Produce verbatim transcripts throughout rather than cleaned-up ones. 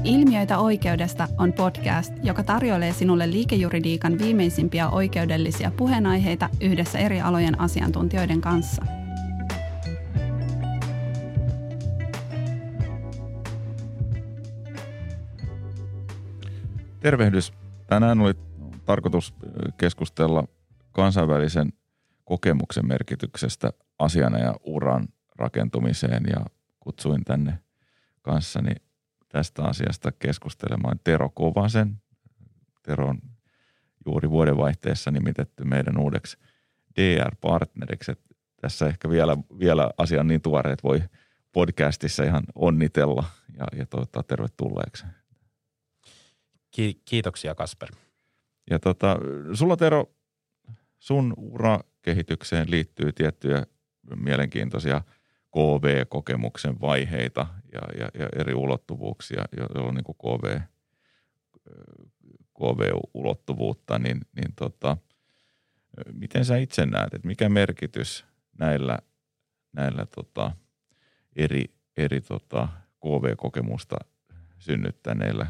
Ilmiöitä oikeudesta on podcast, joka tarjoilee sinulle liikejuridiikan viimeisimpiä oikeudellisia puheenaiheita yhdessä eri alojen asiantuntijoiden kanssa. Tervehdys. Tänään oli tarkoitus keskustella kansainvälisen kokemuksen merkityksestä asiana ja uran rakentumiseen ja kutsuin tänne kanssani tästä asiasta keskustelemaan Tero Kovasen. Tero on juuri vuodenvaihteessa nimitetty meidän uudeksi D R-partneriksi. Tässä ehkä vielä, vielä asia on niin tuore, että voi podcastissa ihan onnitella ja, ja toivottaa tervetulleeksi. Kiitoksia, Kasper. Ja tota, sulla Tero, sun urakehitykseen liittyy tiettyjä mielenkiintoisia K V-kokemuksen vaiheita ja, ja, ja eri ulottuvuuksia, joilla on niin kuin K V, K V-ulottuvuutta, niin, niin tota, miten sä itse näet, että mikä merkitys näillä, näillä tota, eri, eri tota K V-kokemusta synnyttäneillä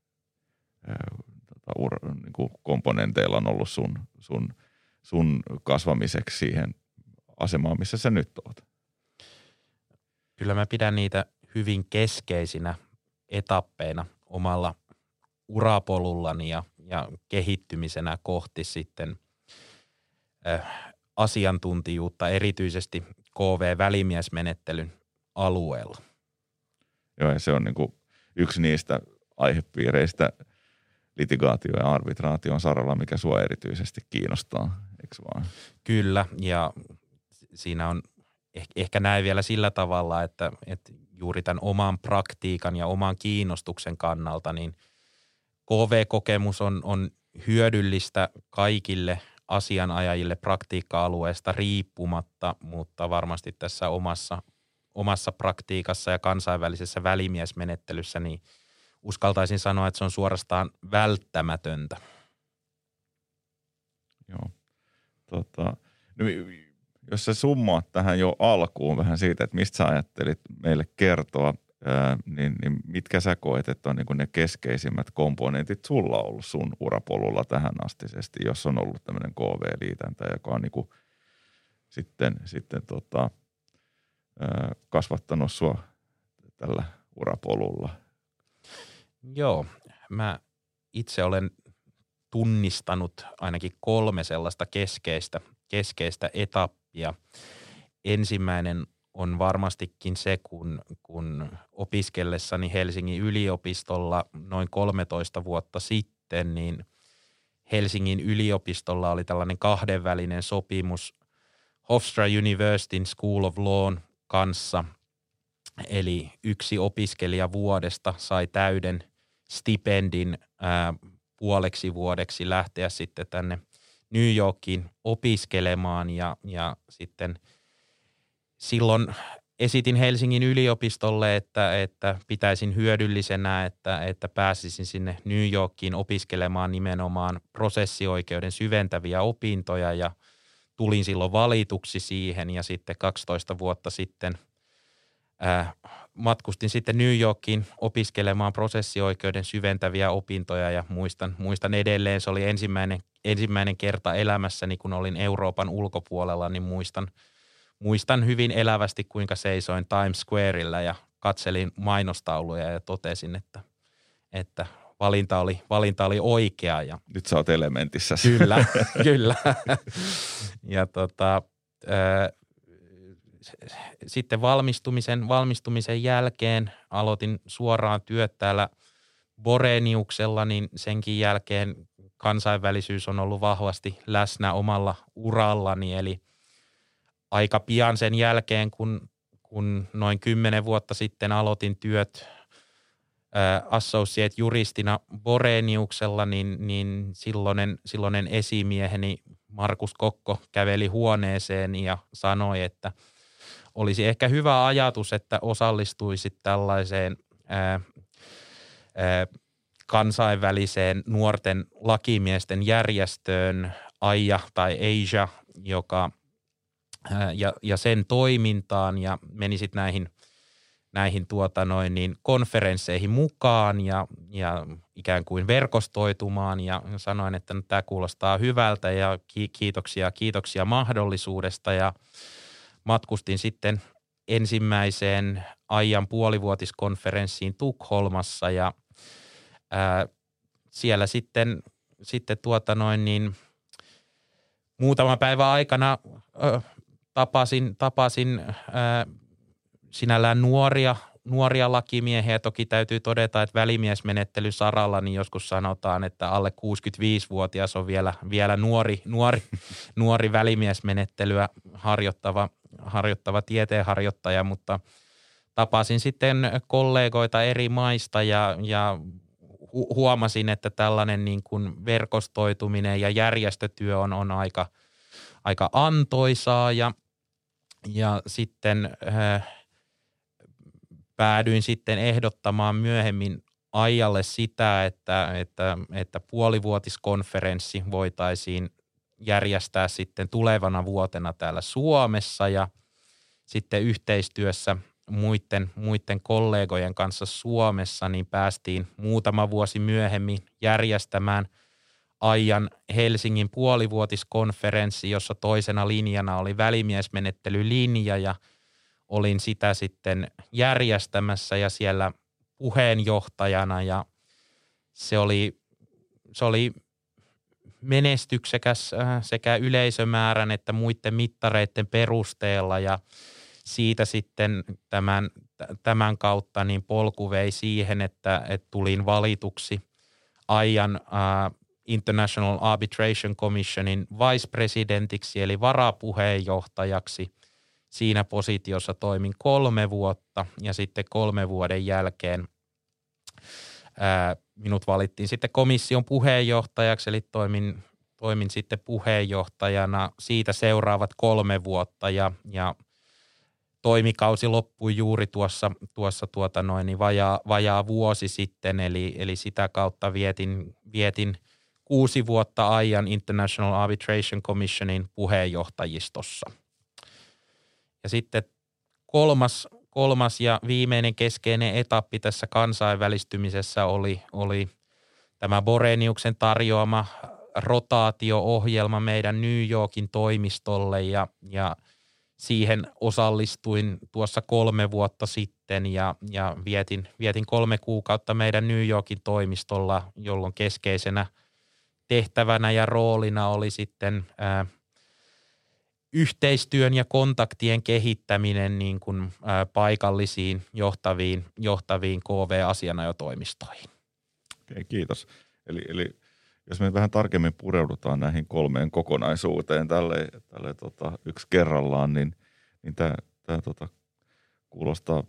tota, ura, niin kuin komponenteilla on ollut sun, sun, sun kasvamiseksi siihen asemaan, missä sä nyt oot? Kyllä mä pidän niitä hyvin keskeisinä etappeina omalla urapolullani ja, ja kehittymisenä kohti sitten äh, asiantuntijuutta erityisesti K V-välimiesmenettelyn alueella. Joo, ja se on niin kuin yksi niistä aihepiireistä litigaatio- ja arbitraation saralla, mikä sua erityisesti kiinnostaa, eikö vaan? Kyllä, ja siinä on ehkä näin vielä sillä tavalla, että, että juuri tämän oman praktiikan ja oman kiinnostuksen kannalta, niin K V-kokemus on, on hyödyllistä kaikille asianajajille praktiikka-alueesta riippumatta, mutta varmasti tässä omassa, omassa praktiikassa ja kansainvälisessä välimiesmenettelyssä, niin uskaltaisin sanoa, että se on suorastaan välttämätöntä. Joo, tota, no, jos sä summaat tähän jo alkuun vähän siitä, että mistä sä ajattelit meille kertoa, ää, niin, niin mitkä sä koet, että on niin kuin ne keskeisimmät komponentit sulla ollut sun urapolulla tähän astisesti, jos on ollut tämmöinen K V-liitäntä, joka on niin kuin sitten, sitten tota, ää, kasvattanut sua tällä urapolulla? Joo, mä itse olen tunnistanut ainakin kolme sellaista keskeistä, keskeistä etappia. Ensimmäinen on varmastikin se, kun, kun opiskellessani Helsingin yliopistolla noin kolmetoista vuotta sitten, niin Helsingin yliopistolla oli tällainen kahdenvälinen sopimus Hofstra Universityn School of Lawn kanssa. Eli yksi opiskelija vuodesta sai täyden stipendin ää, puoleksi vuodeksi lähteä sitten tänne New Yorkiin opiskelemaan ja, ja sitten silloin esitin Helsingin yliopistolle, että, että pitäisin hyödyllisenä, että, että pääsisin sinne New Yorkiin opiskelemaan nimenomaan prosessioikeuden syventäviä opintoja ja tulin silloin valituksi siihen ja sitten kaksitoista vuotta sitten ää, matkustin sitten New Yorkiin opiskelemaan prosessioikeuden syventäviä opintoja ja muistan, muistan edelleen, se oli ensimmäinen, ensimmäinen kerta elämässäni, kun olin Euroopan ulkopuolella, niin muistan, muistan hyvin elävästi, kuinka seisoin Times Squarella ja katselin mainostauluja ja totesin, että, että valinta, oli, valinta oli oikea. Ja nyt sä oot elementissä. Kyllä, kyllä. Ja tota... Ää, Sitten valmistumisen, valmistumisen jälkeen aloitin suoraan työt täällä Boreniuksella, niin senkin jälkeen kansainvälisyys on ollut vahvasti läsnä omalla urallani. Eli aika pian sen jälkeen, kun, kun noin kymmenen vuotta sitten aloitin työt ää, associate-juristina Boreniuksella, niin, niin silloinen, silloinen esimieheni Markus Kokko käveli huoneeseen ja sanoi, että olisi ehkä hyvä ajatus, että osallistuisit tällaiseen ää, ää, kansainväliseen nuorten lakimiesten järjestöön A I A tai Asia, joka, ää, ja, ja sen toimintaan ja menisit näihin, näihin tuota noin niin konferensseihin mukaan ja, ja ikään kuin verkostoitumaan ja sanoin, että no, tämä kuulostaa hyvältä ja kiitoksia, kiitoksia mahdollisuudesta ja matkustin sitten ensimmäiseen Aian puolivuotiskonferenssiin Tukholmassa ja ää, siellä sitten, sitten tuota noin niin muutama päivä aikana ö, tapasin, tapasin ää, sinällään nuoria, nuoria lakimiehiä. Toki täytyy todeta, että välimiesmenettelyn saralla niin joskus sanotaan, että alle kuusikymmentäviisivuotias on vielä, vielä nuori, nuori, nuori välimiesmenettelyä harjoittava, harjoittava tieteenharjoittaja, mutta tapasin sitten kollegoita eri maista ja, ja hu- huomasin, että tällainen niin kuin verkostoituminen ja järjestötyö on, on aika, aika antoisaa ja, ja sitten äh, päädyin sitten ehdottamaan myöhemmin Aialle sitä, että, että, että puolivuotiskonferenssi voitaisiin järjestää sitten tulevana vuotena täällä Suomessa ja sitten yhteistyössä muiden, muiden kollegojen kanssa Suomessa niin päästiin muutama vuosi myöhemmin järjestämään Aian Helsingin puolivuotiskonferenssi, jossa toisena linjana oli välimiesmenettelylinja ja olin sitä sitten järjestämässä ja siellä puheenjohtajana ja se oli, se oli menestyksekäs sekä yleisömäärän että muiden mittareiden perusteella ja siitä sitten tämän, tämän kautta niin polku vei siihen, että, että tulin valituksi Aian uh, International Arbitration Commissionin vice-presidentiksi eli varapuheenjohtajaksi. Siinä positiossa toimin kolme vuotta ja sitten kolme vuoden jälkeen ää, minut valittiin sitten komission puheenjohtajaksi, eli toimin, toimin sitten puheenjohtajana siitä seuraavat kolme vuotta ja, ja toimikausi loppui juuri tuossa, tuossa tuota noin, niin vajaa, vajaa vuosi sitten, eli, eli sitä kautta vietin, vietin kuusi vuotta Aian International Arbitration Commissionin puheenjohtajistossa. Ja sitten kolmas, kolmas ja viimeinen keskeinen etappi tässä kansainvälistymisessä oli, oli tämä Boreniuksen tarjoama rotaatio-ohjelma meidän New Yorkin toimistolle ja, ja siihen osallistuin tuossa kolme vuotta sitten ja, ja vietin, vietin kolme kuukautta meidän New Yorkin toimistolla, jolloin keskeisenä tehtävänä ja roolina oli sitten ää, yhteistyön ja kontaktien kehittäminen niin kuin ää, paikallisiin johtaviin, johtaviin K V-asianajotoimistoihin. Okei, kiitos. Eli, eli jos me vähän tarkemmin pureudutaan näihin kolmeen kokonaisuuteen tälle, tälle tota, yksi kerrallaan, niin, niin tämä, tämä tota, kuulostaa,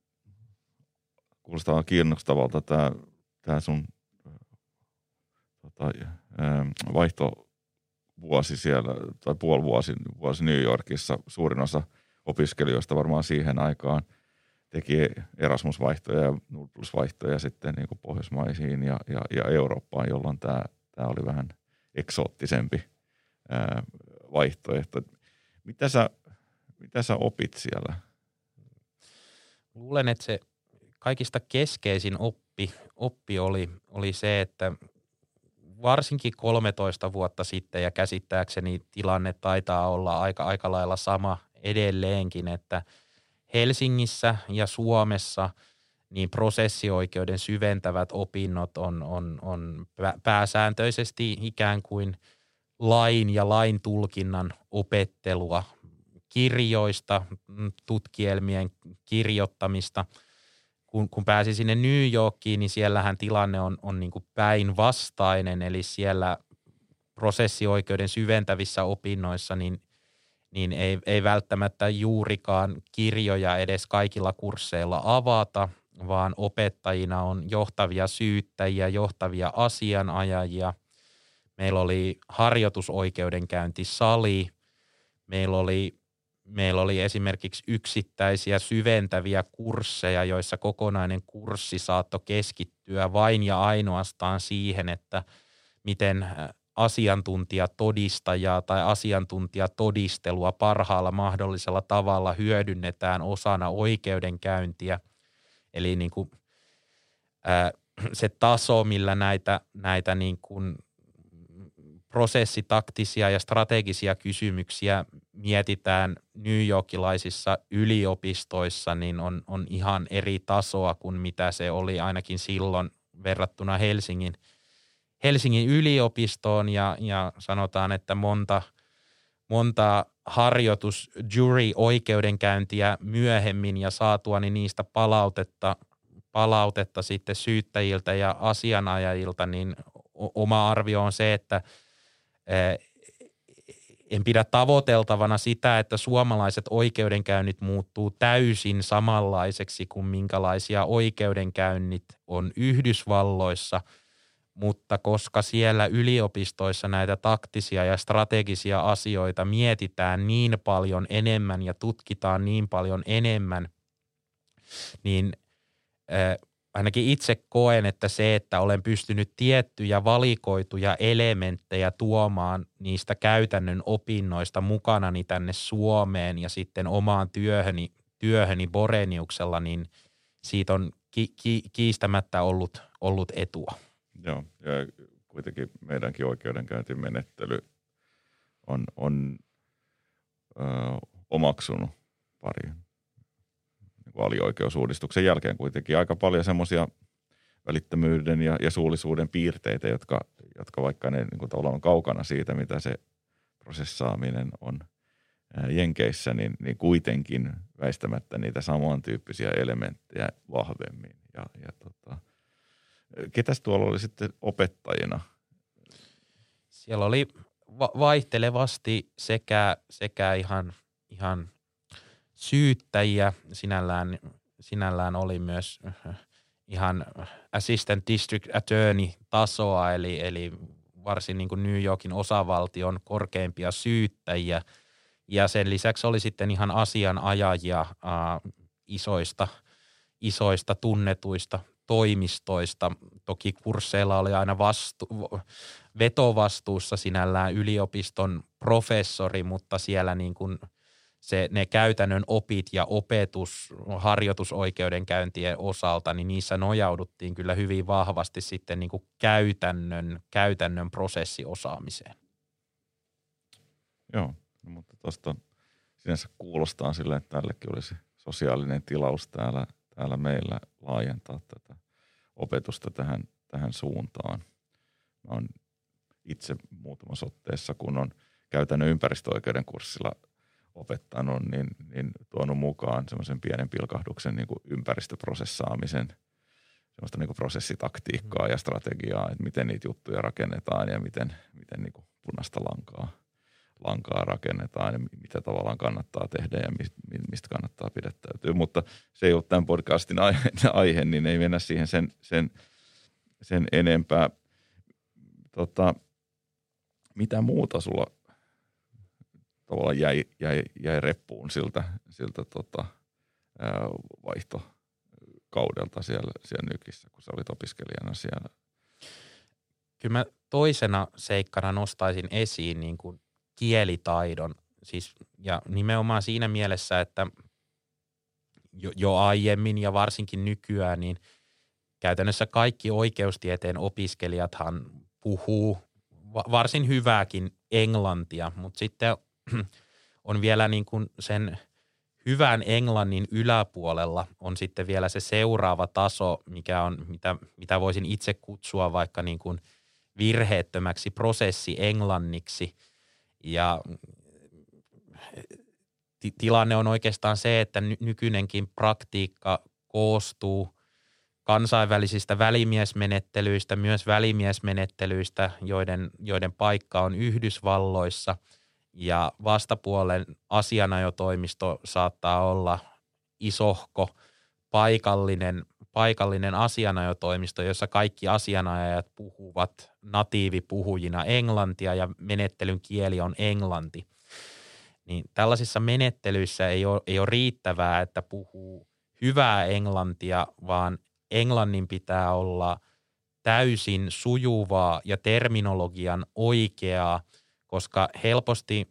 kuulostaa kiinnostavalta tämä, tämä sun tota, vaihtovuosi siellä, tai puoli vuosi, vuosi New Yorkissa. Suurin osa opiskelijoista varmaan siihen aikaan teki Erasmus-vaihtoja ja Nordplus-vaihtoja sitten niin kuin Pohjoismaisiin ja, ja, ja Eurooppaan, jolloin tämä Tämä oli vähän eksoottisempi ää, vaihtoehto. Mitä sä, mitä sä opit siellä? Luulen, että se kaikista keskeisin oppi, oppi oli, oli se, että varsinkin kolmetoista vuotta sitten ja käsittääkseni tilanne taitaa olla aika, aika lailla sama edelleenkin, että Helsingissä ja Suomessa niin prosessioikeuden syventävät opinnot on, on, on pääsääntöisesti ikään kuin lain ja lain tulkinnan opettelua, kirjoista, tutkielmien kirjoittamista. Kun, kun pääsi sinne New Yorkiin, niin siellähän tilanne on, on niin kuin päinvastainen, eli siellä prosessioikeuden syventävissä opinnoissa niin, niin ei, ei välttämättä juurikaan kirjoja edes kaikilla kursseilla avata, vaan opettajina on johtavia syyttäjiä, johtavia asianajajia. Meillä oli harjoitusoikeudenkäyntisali, meillä oli, meillä oli esimerkiksi yksittäisiä syventäviä kursseja, joissa kokonainen kurssi saattoi keskittyä vain ja ainoastaan siihen, että miten asiantuntijatodistajaa tai asiantuntijatodistelua parhaalla mahdollisella tavalla hyödynnetään osana oikeudenkäyntiä. eli niin kuin, ää, se taso, millä näitä, näitä niin kuin prosessitaktisia ja strategisia kysymyksiä mietitään New Yorkilaisissa yliopistoissa, niin on, on ihan eri tasoa kuin mitä se oli ainakin silloin verrattuna Helsingin, Helsingin yliopistoon ja, ja sanotaan, että monta, monta harjoitus jury-oikeudenkäyntiä myöhemmin ja saatuani niistä palautetta, palautetta sitten syyttäjiltä ja asianajajilta, niin oma arvio on se, että en pidä tavoiteltavana sitä, että suomalaiset oikeudenkäynnit muuttuu täysin samanlaiseksi kuin minkälaisia oikeudenkäynnit on Yhdysvalloissa, mutta koska siellä yliopistoissa näitä taktisia ja strategisia asioita mietitään niin paljon enemmän ja tutkitaan niin paljon enemmän, niin ainakin itse koen, että se, että olen pystynyt tiettyjä valikoituja elementtejä tuomaan niistä käytännön opinnoista mukanani tänne Suomeen ja sitten omaan työhöni, työhöni Boreniuksella, niin siitä on ki- ki- kiistämättä ollut, ollut etua. Joo, ja kuitenkin meidänkin oikeudenkäyntimenettely on, on ö, omaksunut pari alioikeusuudistuksen jälkeen kuitenkin aika paljon semmoisia välittömyyden ja, ja suullisuuden piirteitä, jotka, jotka vaikka ne niin kuin tavallaan on kaukana siitä, mitä se prosessaaminen on ää, Jenkeissä, niin, niin kuitenkin väistämättä niitä samantyyppisiä elementtejä vahvemmin. Ja, ja tota, ketäs tuolla oli sitten opettajina? Siellä oli va- vaihtelevasti sekä, sekä ihan, ihan syyttäjiä, sinällään, sinällään oli myös ihan assistant district attorney tasoa, eli, eli varsin niin kuin New Yorkin osavaltion korkeimpia syyttäjiä. Ja sen lisäksi oli sitten ihan asianajajia äh, isoista, isoista tunnetuista toimistoista. Toki kursseilla oli aina vastu, vetovastuussa sinällään yliopiston professori, mutta siellä niin kuin se, ne käytännön opit ja opetus harjoitusoikeudenkäyntien osalta, niin niissä nojauduttiin kyllä hyvin vahvasti sitten niin kuin käytännön, käytännön prosessiosaamiseen. Joo, no, mutta tuosta sinänsä kuulostaa sille, että tällekin olisi sosiaalinen tilaus täällä, täällä meillä laajentaa tätä opetusta tähän, tähän suuntaan. Mä oon itse muutamassa otteessa, kun on käytännön ympäristöoikeuden kurssilla opettanut, niin, niin tuonut mukaan semmoisen pienen pilkahduksen niin kuin ympäristöprosessaamisen, semmoista niin kuin prosessitaktiikkaa ja strategiaa, että miten niitä juttuja rakennetaan ja miten, miten niin kuin punaista lankaa, lankaa rakennetaan ja mitä tavallaan kannattaa tehdä ja mistä kannattaa pidättäytyä. Mutta se ei ole tämän podcastin aihe, aihe niin ei mennä siihen sen, sen, sen enempää. Tota, mitä muuta sulla tavallaan jäi, jäi, jäi reppuun siltä, siltä tota, ää, vaihtokaudelta siellä, siellä Nykissä, kun sä olit opiskelijana siellä? Kyllä mä toisena seikkana nostaisin esiin niin kuin kielitaidon. Siis, ja nimenomaan siinä mielessä, että jo, jo aiemmin ja varsinkin nykyään, niin käytännössä kaikki oikeustieteen opiskelijathan puhuu varsin hyvääkin englantia, mutta sitten on vielä niin kuin sen hyvän englannin yläpuolella on sitten vielä se seuraava taso, mikä on, mitä, mitä voisin itse kutsua vaikka niin kuin virheettömäksi prosessi-englanniksi. Ja t- tilanne on oikeastaan se, että ny- nykyinenkin praktiikka koostuu kansainvälisistä välimiesmenettelyistä, myös välimiesmenettelyistä, joiden, joiden paikka on Yhdysvalloissa. Ja vastapuolen asianajotoimisto saattaa olla isohko paikallinen, paikallinen asianajotoimisto, jossa kaikki asianajajat puhuvat natiivipuhujina englantia ja menettelyn kieli on englanti. Niin tällaisissa menettelyissä ei ole, ei ole riittävää, että puhuu hyvää englantia, vaan englannin pitää olla täysin sujuvaa ja terminologian oikeaa, koska helposti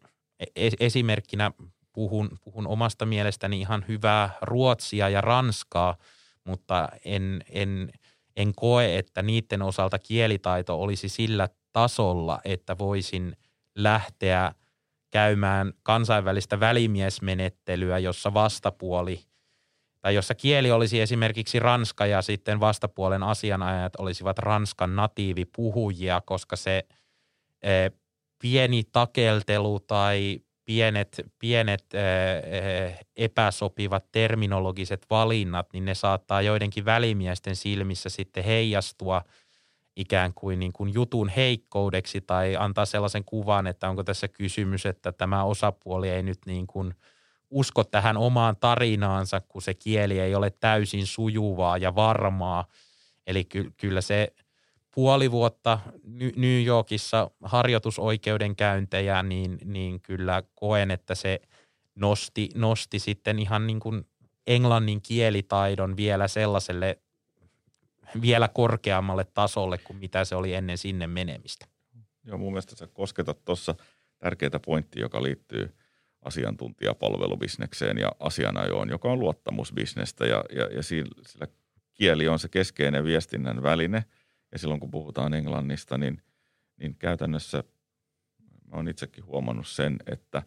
esimerkkinä puhun, puhun omasta mielestäni ihan hyvää ruotsia ja ranskaa, mutta en, en, en koe, että niiden osalta kielitaito olisi sillä tasolla, että voisin lähteä käymään kansainvälistä välimiesmenettelyä, jossa vastapuoli tai jossa kieli olisi esimerkiksi ranska ja sitten vastapuolen asianajajat olisivat ranskan natiivipuhujia, koska se e, pieni takeltelu tai pienet, pienet e, epäsopivat terminologiset valinnat, niin ne saattaa joidenkin välimiesten silmissä sitten heijastua ikään kuin, niin kuin jutun heikkoudeksi tai antaa sellaisen kuvan, että onko tässä kysymys, että tämä osapuoli ei nyt niin kuin usko tähän omaan tarinaansa, kun se kieli ei ole täysin sujuvaa ja varmaa. Eli ky- kyllä se puoli vuotta New Yorkissa harjoitusoikeudenkäyntejä, niin, niin kyllä koen, että se nosti, nosti sitten ihan niin kuin englannin kielitaidon vielä sellaiselle vielä korkeammalle tasolle kuin mitä se oli ennen sinne menemistä. Joo, mun mielestä sä kosketat tuossa tärkeää pointtia, joka liittyy asiantuntijapalvelubisnekseen ja asianajoon, joka on luottamusbisnestä ja, ja, ja sillä, sillä kieli on se keskeinen viestinnän väline. Ja silloin kun puhutaan englannista, niin, niin käytännössä mä oon itsekin huomannut sen, että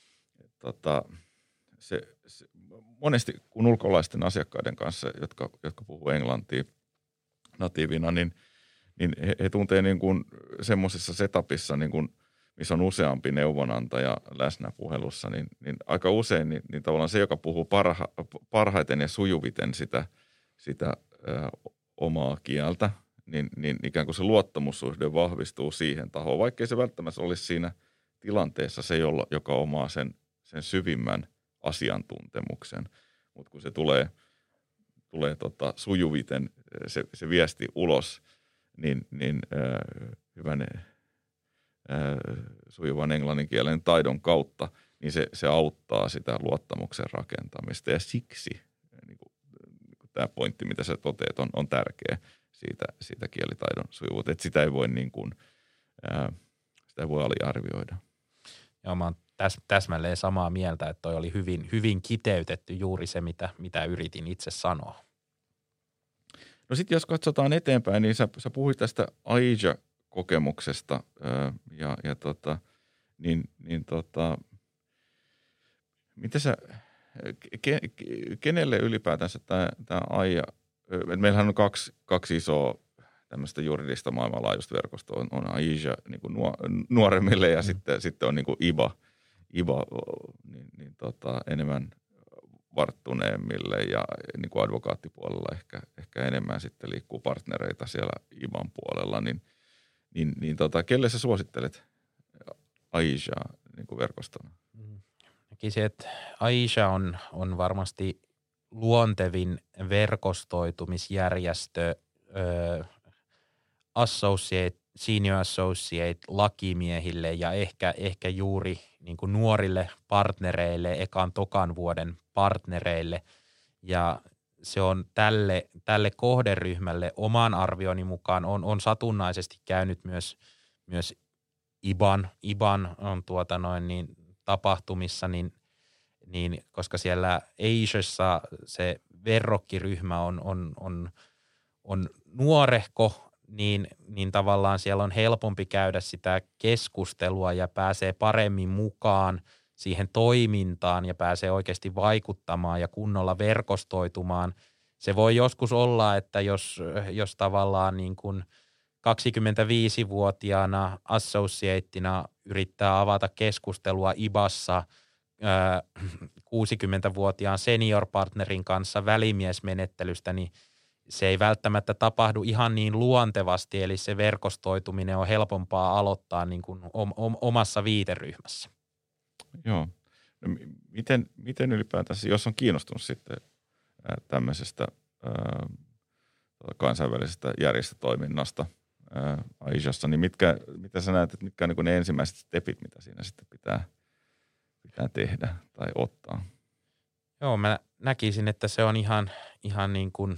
tota, se, se, monesti kun ulkolaisten asiakkaiden kanssa, jotka, jotka puhuu englantia natiivina, niin, niin he, he tuntee niin kuin semmoisessa setupissa, niin kuin missä on useampi neuvonantaja läsnä puhelussa, niin, niin aika usein niin, niin tavallaan se, joka puhuu parha, parhaiten ja sujuviten sitä, sitä ö, omaa kieltä, niin, niin ikään kuin se luottamussuhde vahvistuu siihen tahoon, vaikkei se välttämättä olisi siinä tilanteessa se, jolla, joka omaa sen, sen syvimmän asiantuntemuksen. Mutta kun se tulee, tulee tota sujuviten se, se viesti ulos, niin, niin äh, hyvän äh, sujuvan englannin kielen taidon kautta, niin se, se auttaa sitä luottamuksen rakentamista. Ja siksi niin kuin, niin kuin tämä pointti, mitä sä toteat, on, on tärkeä siitä, siitä kielitaidon sujuvuutta. Että sitä ei voi, niin kuin, ää, sitä ei voi aliarvioida. Joo, mä oon täs, täsmälleen samaa mieltä, että toi oli hyvin, hyvin kiteytetty juuri se, mitä, mitä yritin itse sanoa. No sitten jos katsotaan eteenpäin, niin sä, sä puhuit tästä Aija-kokemuksesta ää, ja, ja tota, niin, niin tota, mitä sä, ke, kenelle ylipäätänsä tämä, tämä Aija, meillähän on kaksi, kaksi isoa tämmöistä juridista maailmanlaajuista verkostoa, on, on Aija niin kuin nuo, nuoremmille ja mm. sitten, sitten on niin kuin I B A, I B A niin, niin tota, enemmän varttuneemmille ja niin kuin advokaattipuolella ehkä, ehkä enemmän sitten liikkuu partnereita siellä I B An puolella, niin, niin, niin tota, kelle sä suosittelet Aijaa niin kuin verkostona? Näkisin, että Aija on, on varmasti luontevin verkostoitumisjärjestö, ö, associate, senior associate lakimiehille ja ehkä, ehkä juuri niin kuin nuorille partnereille, ekan tokan vuoden partnereille. Ja se on tälle, tälle kohderyhmälle oman arvioni mukaan on, on satunnaisesti käynyt myös, myös I B A N, I B A N on tuota noin niin tapahtumissa, niin, niin koska siellä Aijassa se verrokkiryhmä on, on, on, on nuorehko, niin, niin tavallaan siellä on helpompi käydä sitä keskustelua ja pääsee paremmin mukaan siihen toimintaan ja pääsee oikeasti vaikuttamaan ja kunnolla verkostoitumaan. Se voi joskus olla, että jos, jos tavallaan niin kuin kaksikymmentäviisivuotiaana associateina yrittää avata keskustelua I BAssa kuusikymmentävuotiaan senior-partnerin kanssa välimiesmenettelystä, niin se ei välttämättä tapahdu ihan niin luontevasti, eli se verkostoituminen on helpompaa aloittaa niin kuin omassa viiteryhmässä. Joo. No, miten, miten ylipäätänsä, jos on kiinnostunut sitten tämmöisestä ää, kansainvälisestä järjestötoiminnasta ää, Aijassa, niin mitkä, mitä sä näet, että mitkä on niin kuin ne ensimmäiset stepit, mitä siinä sitten pitää, pitää tehdä tai ottaa? Joo, mä näkisin, että se on ihan, ihan niin kuin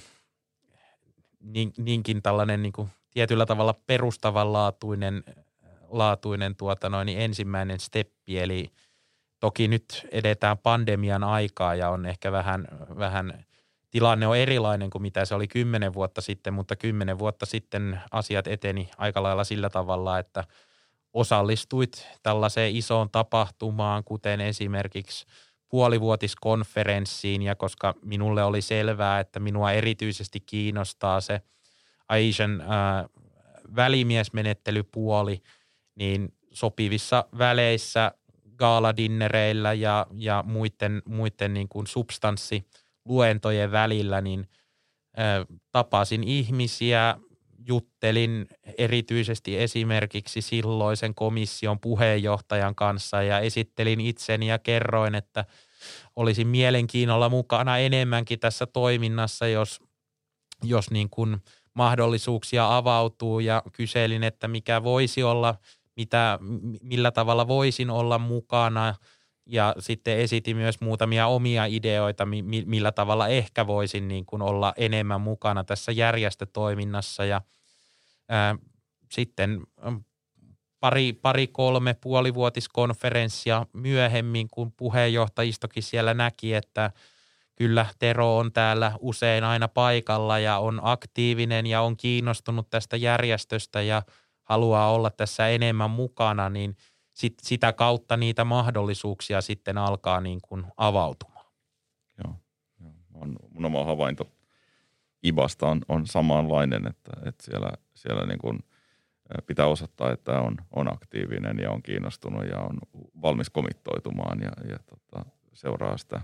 niin, niinkin tällainen niin kuin tietyllä tavalla perustavanlaatuinen laatuinen tuota noin, niin ensimmäinen steppi, eli toki nyt edetään pandemian aikaa ja on ehkä vähän, vähän tilanne on erilainen kuin mitä se oli kymmenen vuotta sitten, mutta kymmenen vuotta sitten asiat eteni aika lailla sillä tavalla, että osallistuit tällaiseen isoon tapahtumaan, kuten esimerkiksi puolivuotiskonferenssiin, ja koska minulle oli selvää, että minua erityisesti kiinnostaa se Asian äh, välimiesmenettelypuoli, niin sopivissa väleissä gaaladinnereillä ja, ja muiden, muiden niin kuin substanssiluentojen välillä, niin äh, tapasin ihmisiä, juttelin erityisesti esimerkiksi silloisen komission puheenjohtajan kanssa ja esittelin itseni ja kerroin, että olisin mielenkiinnolla mukana enemmänkin tässä toiminnassa, jos, jos niin kuin mahdollisuuksia avautuu, ja kyselin, että mikä voisi olla, mitä, millä tavalla voisin olla mukana, ja sitten esitin myös muutamia omia ideoita, millä tavalla ehkä voisin niin kuin olla enemmän mukana tässä järjestötoiminnassa, ja ää, sitten pari, pari kolme puolivuotiskonferenssia myöhemmin, kun puheenjohtajistokin siellä näki, että kyllä Tero on täällä usein aina paikalla ja on aktiivinen ja on kiinnostunut tästä järjestöstä ja haluaa olla tässä enemmän mukana, niin sit, sitä kautta niitä mahdollisuuksia sitten alkaa niin kuin avautumaan. Joo, joo. On, mun oma havainto IBAsta on, on samanlainen, että, että siellä, siellä niin kuin pitää osoittaa, että on, on aktiivinen ja on kiinnostunut ja on valmis komittoitumaan ja, ja tota, seuraa sitä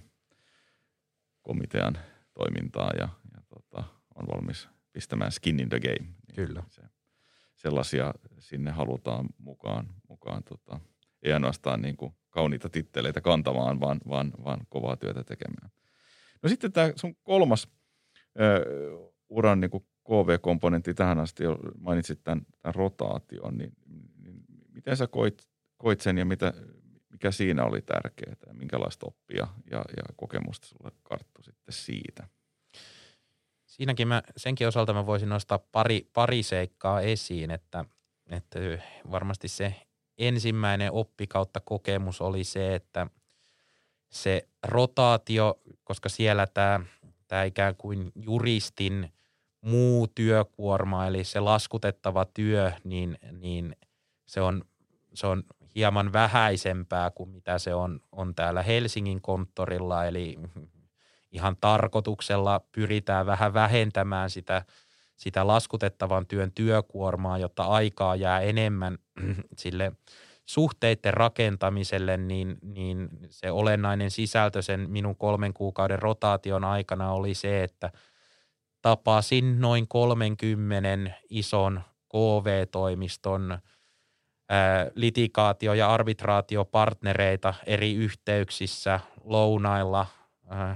komitean toimintaa ja, ja tota, on valmis pistämään skin in the game. Kyllä. Se, sellaisia sinne halutaan mukaan, mukaan tota, ei ainoastaan niin kuin kauniita titteleitä kantamaan, vaan, vaan, vaan kovaa työtä tekemään. No sitten tämä sun kolmas ö, uran niin kuin K V-komponentti tähän asti, mainitsit tämän, tämän rotaation, niin, niin miten sä koit, koit sen ja mitä, mikä siinä oli tärkeää ja minkälaista oppia ja, ja kokemusta sulle karttui sitten siitä? Siinäkin mä, senkin osalta mä voisin nostaa pari, pari seikkaa esiin, että, että varmasti se ensimmäinen oppi kautta kokemus oli se, että se rotaatio, koska siellä tämä, tämä ikään kuin juristin muu työkuorma, eli se laskutettava työ, niin, niin se, on, se on hieman vähäisempää kuin mitä se on, on täällä Helsingin konttorilla, eli ihan tarkoituksella pyritään vähän vähentämään sitä, sitä laskutettavan työn työkuormaa, jotta aikaa jää enemmän sille suhteiden rakentamiselle, niin, niin se olennainen sisältö sen minun kolmen kuukauden rotaation aikana oli se, että tapasin noin kolmenkymmenen ison K V-toimiston ää, litigaatio- ja arbitraatiopartnereita eri yhteyksissä lounailla. Ää,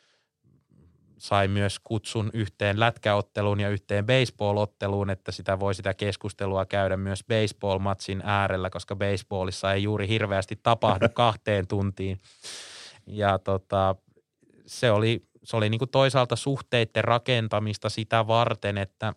sain myös kutsun yhteen lätkäotteluun ja yhteen baseball-otteluun, että sitä voi sitä keskustelua käydä myös baseball-matsin äärellä, koska baseballissa ei juuri hirveästi tapahdu kahteen tuntiin. Ja tota, se oli, se oli niin kuin toisaalta suhteiden rakentamista sitä varten, että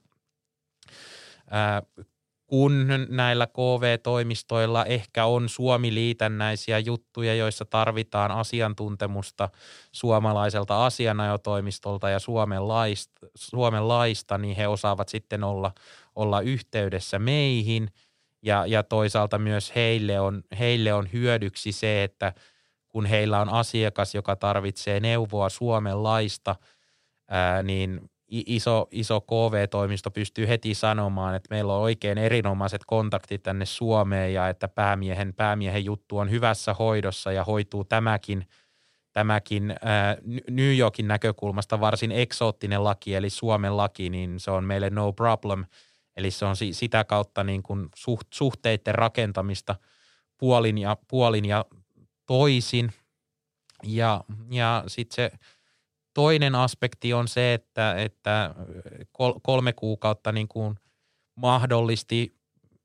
ää, kun näillä K V-toimistoilla ehkä on Suomi-liitännäisiä juttuja, joissa tarvitaan asiantuntemusta suomalaiselta asianajotoimistolta ja Suomen laista, Suomen laista, niin he osaavat sitten olla, olla yhteydessä meihin. Ja, ja toisaalta myös heille on, heille on hyödyksi se, että kun heillä on asiakas, joka tarvitsee neuvoa Suomen laista, ää, niin Iso, iso K V-toimisto pystyy heti sanomaan, että meillä on oikein erinomaiset kontaktit tänne Suomeen ja että päämiehen, päämiehen juttu on hyvässä hoidossa ja hoituu tämäkin, tämäkin ää, New Yorkin näkökulmasta varsin eksoottinen laki, eli Suomen laki, niin se on meille no problem. Eli se on sitä kautta niin kuin suht, suhteiden rakentamista puolin ja, puolin ja toisin. Ja, ja sitten se toinen aspekti on se, että, että kolme kuukautta niin kuin mahdollisti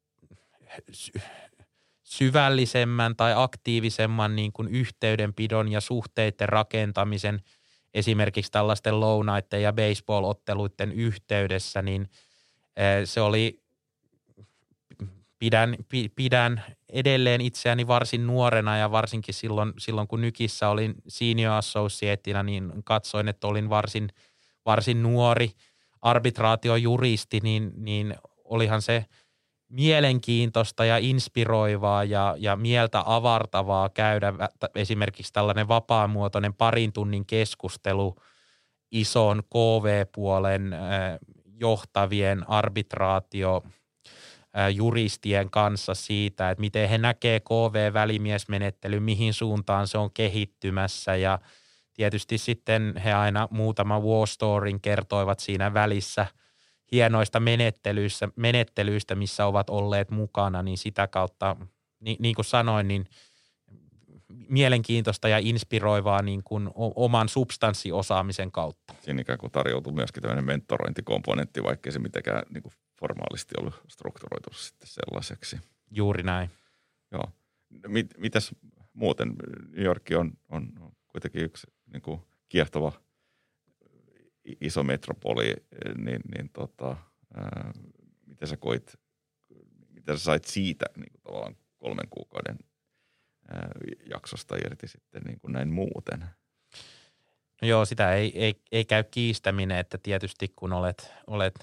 syvällisemmän tai aktiivisemman niin kuin yhteydenpidon ja suhteiden rakentamisen esimerkiksi tällaisten lounaiden ja baseball-otteluiden yhteydessä, niin se oli, pidän, pidän edelleen itseäni varsin nuorena ja varsinkin silloin, silloin kun Nykissä olin senior associateina, niin katsoin, että olin varsin varsin nuori arbitraatiojuristi, niin, niin olihan se mielenkiintoista ja inspiroivaa ja, ja mieltä avartavaa käydä esimerkiksi tällainen vapaamuotoinen parin tunnin keskustelu ison K V-puolen johtavien arbitraatio juristien kanssa siitä, että miten he näkee K V-välimiesmenettely, mihin suuntaan se on kehittymässä ja tietysti sitten he aina muutama war storyn kertoivat siinä välissä hienoista menettelyistä, menettelyistä, missä ovat olleet mukana, niin sitä kautta, niin, niin kuin sanoin, niin mielenkiintoista ja inspiroivaa niin kuin oman substanssiosaamisen kautta. Siinä ikään kuin tarjoutui myöskin tämmöinen mentorointikomponentti, vaikkei se mitenkään niin kuin formaalisti ollut strukturoitu sitten sellaiseksi. Juuri näin. Joo. Mit, mitäs muuten? New York on, on kuitenkin yksi niin kuin kiehtova iso metropoli, niin, niin tota, ää, miten sä koit, mitä sä sait siitä niin kuin tavallaan kolmen kuukauden ää, jaksosta irti sitten niin kuin näin muuten? No joo, sitä ei, ei, ei käy kiistäminen, että tietysti kun olet, olet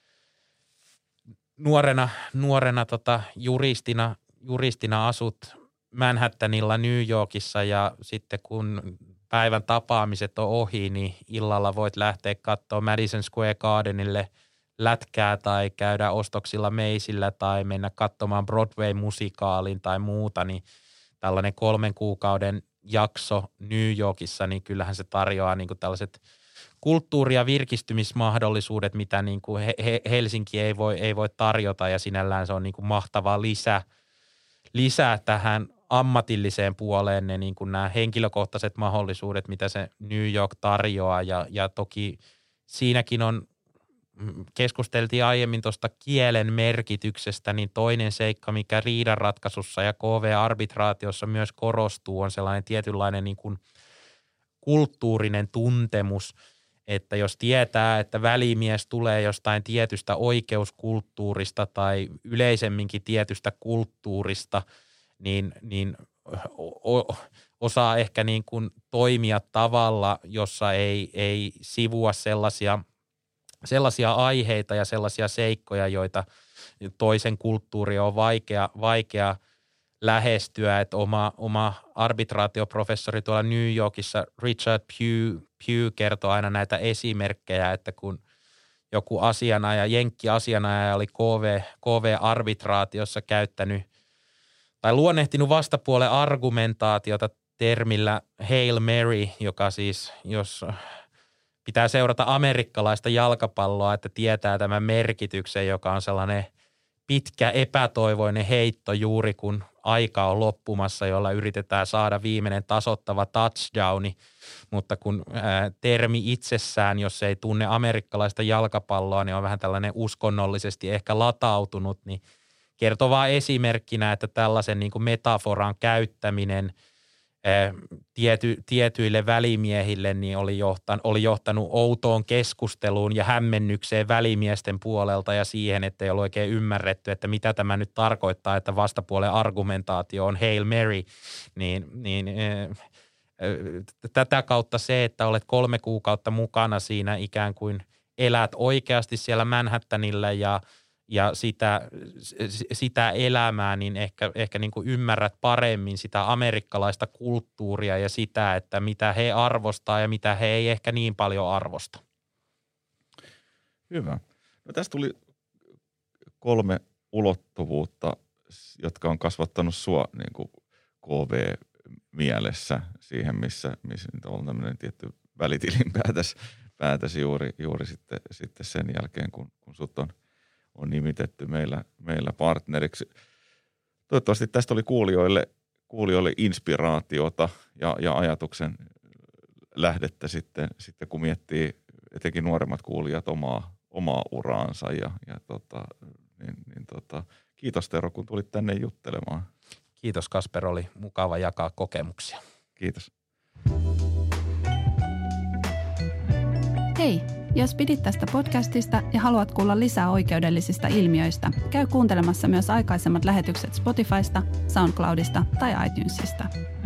nuorena, nuorena tota, juristina, juristina asut Manhattanilla New Yorkissa ja sitten kun päivän tapaamiset on ohi, niin illalla voit lähteä katsoa Madison Square Gardenille lätkää tai käydä ostoksilla Macyllä tai mennä katsomaan Broadway-musikaalin tai muuta, niin tällainen kolmen kuukauden jakso New Yorkissa, niin kyllähän se tarjoaa niin kuin tällaiset kulttuuri- ja virkistymismahdollisuudet, mitä niin kuin Helsinki ei voi, ei voi tarjota ja sinällään se on niin kuin mahtava lisä, lisää tähän ammatilliseen puoleen ne niin kuin nämä henkilökohtaiset mahdollisuudet, mitä se New York tarjoaa ja, ja toki siinäkin on, keskusteltiin aiemmin tuosta kielen merkityksestä, niin toinen seikka, mikä riidanratkaisussa ja K V-arbitraatiossa myös korostuu, on sellainen tietynlainen niin kuin kulttuurinen tuntemus, että jos tietää, että välimies tulee jostain tietystä oikeuskulttuurista tai yleisemminkin tietystä kulttuurista, niin, niin o, osaa ehkä niin kuin toimia tavalla, jossa ei, ei sivua sellaisia, sellaisia aiheita ja sellaisia seikkoja, joita toisen kulttuuri on vaikea, vaikea lähestyä. Että oma, oma arbitraatioprofessori tuolla New Yorkissa, Richard Pugh, Pugh kertoo aina näitä esimerkkejä, että kun joku asianajaja, jenkki-asianajaja oli K V, K V-arbitraatiossa käyttänyt tai luonnehtinut vastapuolen argumentaatiota termillä Hail Mary, joka siis, jos pitää seurata amerikkalaista jalkapalloa, että tietää tämän merkityksen, joka on sellainen pitkä epätoivoinen heitto juuri kun aika on loppumassa, jolla yritetään saada viimeinen tasoittava touchdowni, mutta kun ää, termi itsessään, jos ei tunne amerikkalaista jalkapalloa, niin on vähän tällainen uskonnollisesti ehkä latautunut, niin kertoo vaan esimerkkinä, että tällaisen niin kuin metaforan käyttäminen ää, tiety, tietyille välimiehille niin oli, johtan, oli johtanut outoon keskusteluun ja hämmennykseen välimiesten puolelta ja siihen, että ei ole oikein ymmärretty, että mitä tämä nyt tarkoittaa, että vastapuolen argumentaatio on Hail Mary, niin, niin ää, tätä kautta se, että olet kolme kuukautta mukana siinä ikään kuin elät oikeasti siellä Manhattanilla ja ja sitä, sitä elämää, niin ehkä, ehkä niin kuin ymmärrät paremmin sitä amerikkalaista kulttuuria ja sitä, että mitä he arvostaa ja mitä he ei ehkä niin paljon arvosta. Hyvä. No tästä tuli kolme ulottuvuutta, jotka on kasvattanut sua niin kuin K V-mielessä siihen, missä, missä on tämmöinen tietty välitilinpäätös päätös juuri, juuri sitten, sitten sen jälkeen, kun, kun sut on on nimitetty meillä, meillä partneriksi. Toivottavasti tästä oli kuulijoille, kuulijoille inspiraatiota ja, ja ajatuksen lähdettä sitten, sitten, kun miettii etenkin nuoremmat kuulijat omaa, omaa uraansa. Ja, ja tota, niin, niin tota, kiitos Tero, kun tulit tänne juttelemaan. Kiitos Kasper, oli mukava jakaa kokemuksia. Kiitos. Hei! Jos pidit tästä podcastista ja haluat kuulla lisää oikeudellisista ilmiöistä, käy kuuntelemassa myös aikaisemmat lähetykset Spotifysta, SoundCloudista tai iTunesista.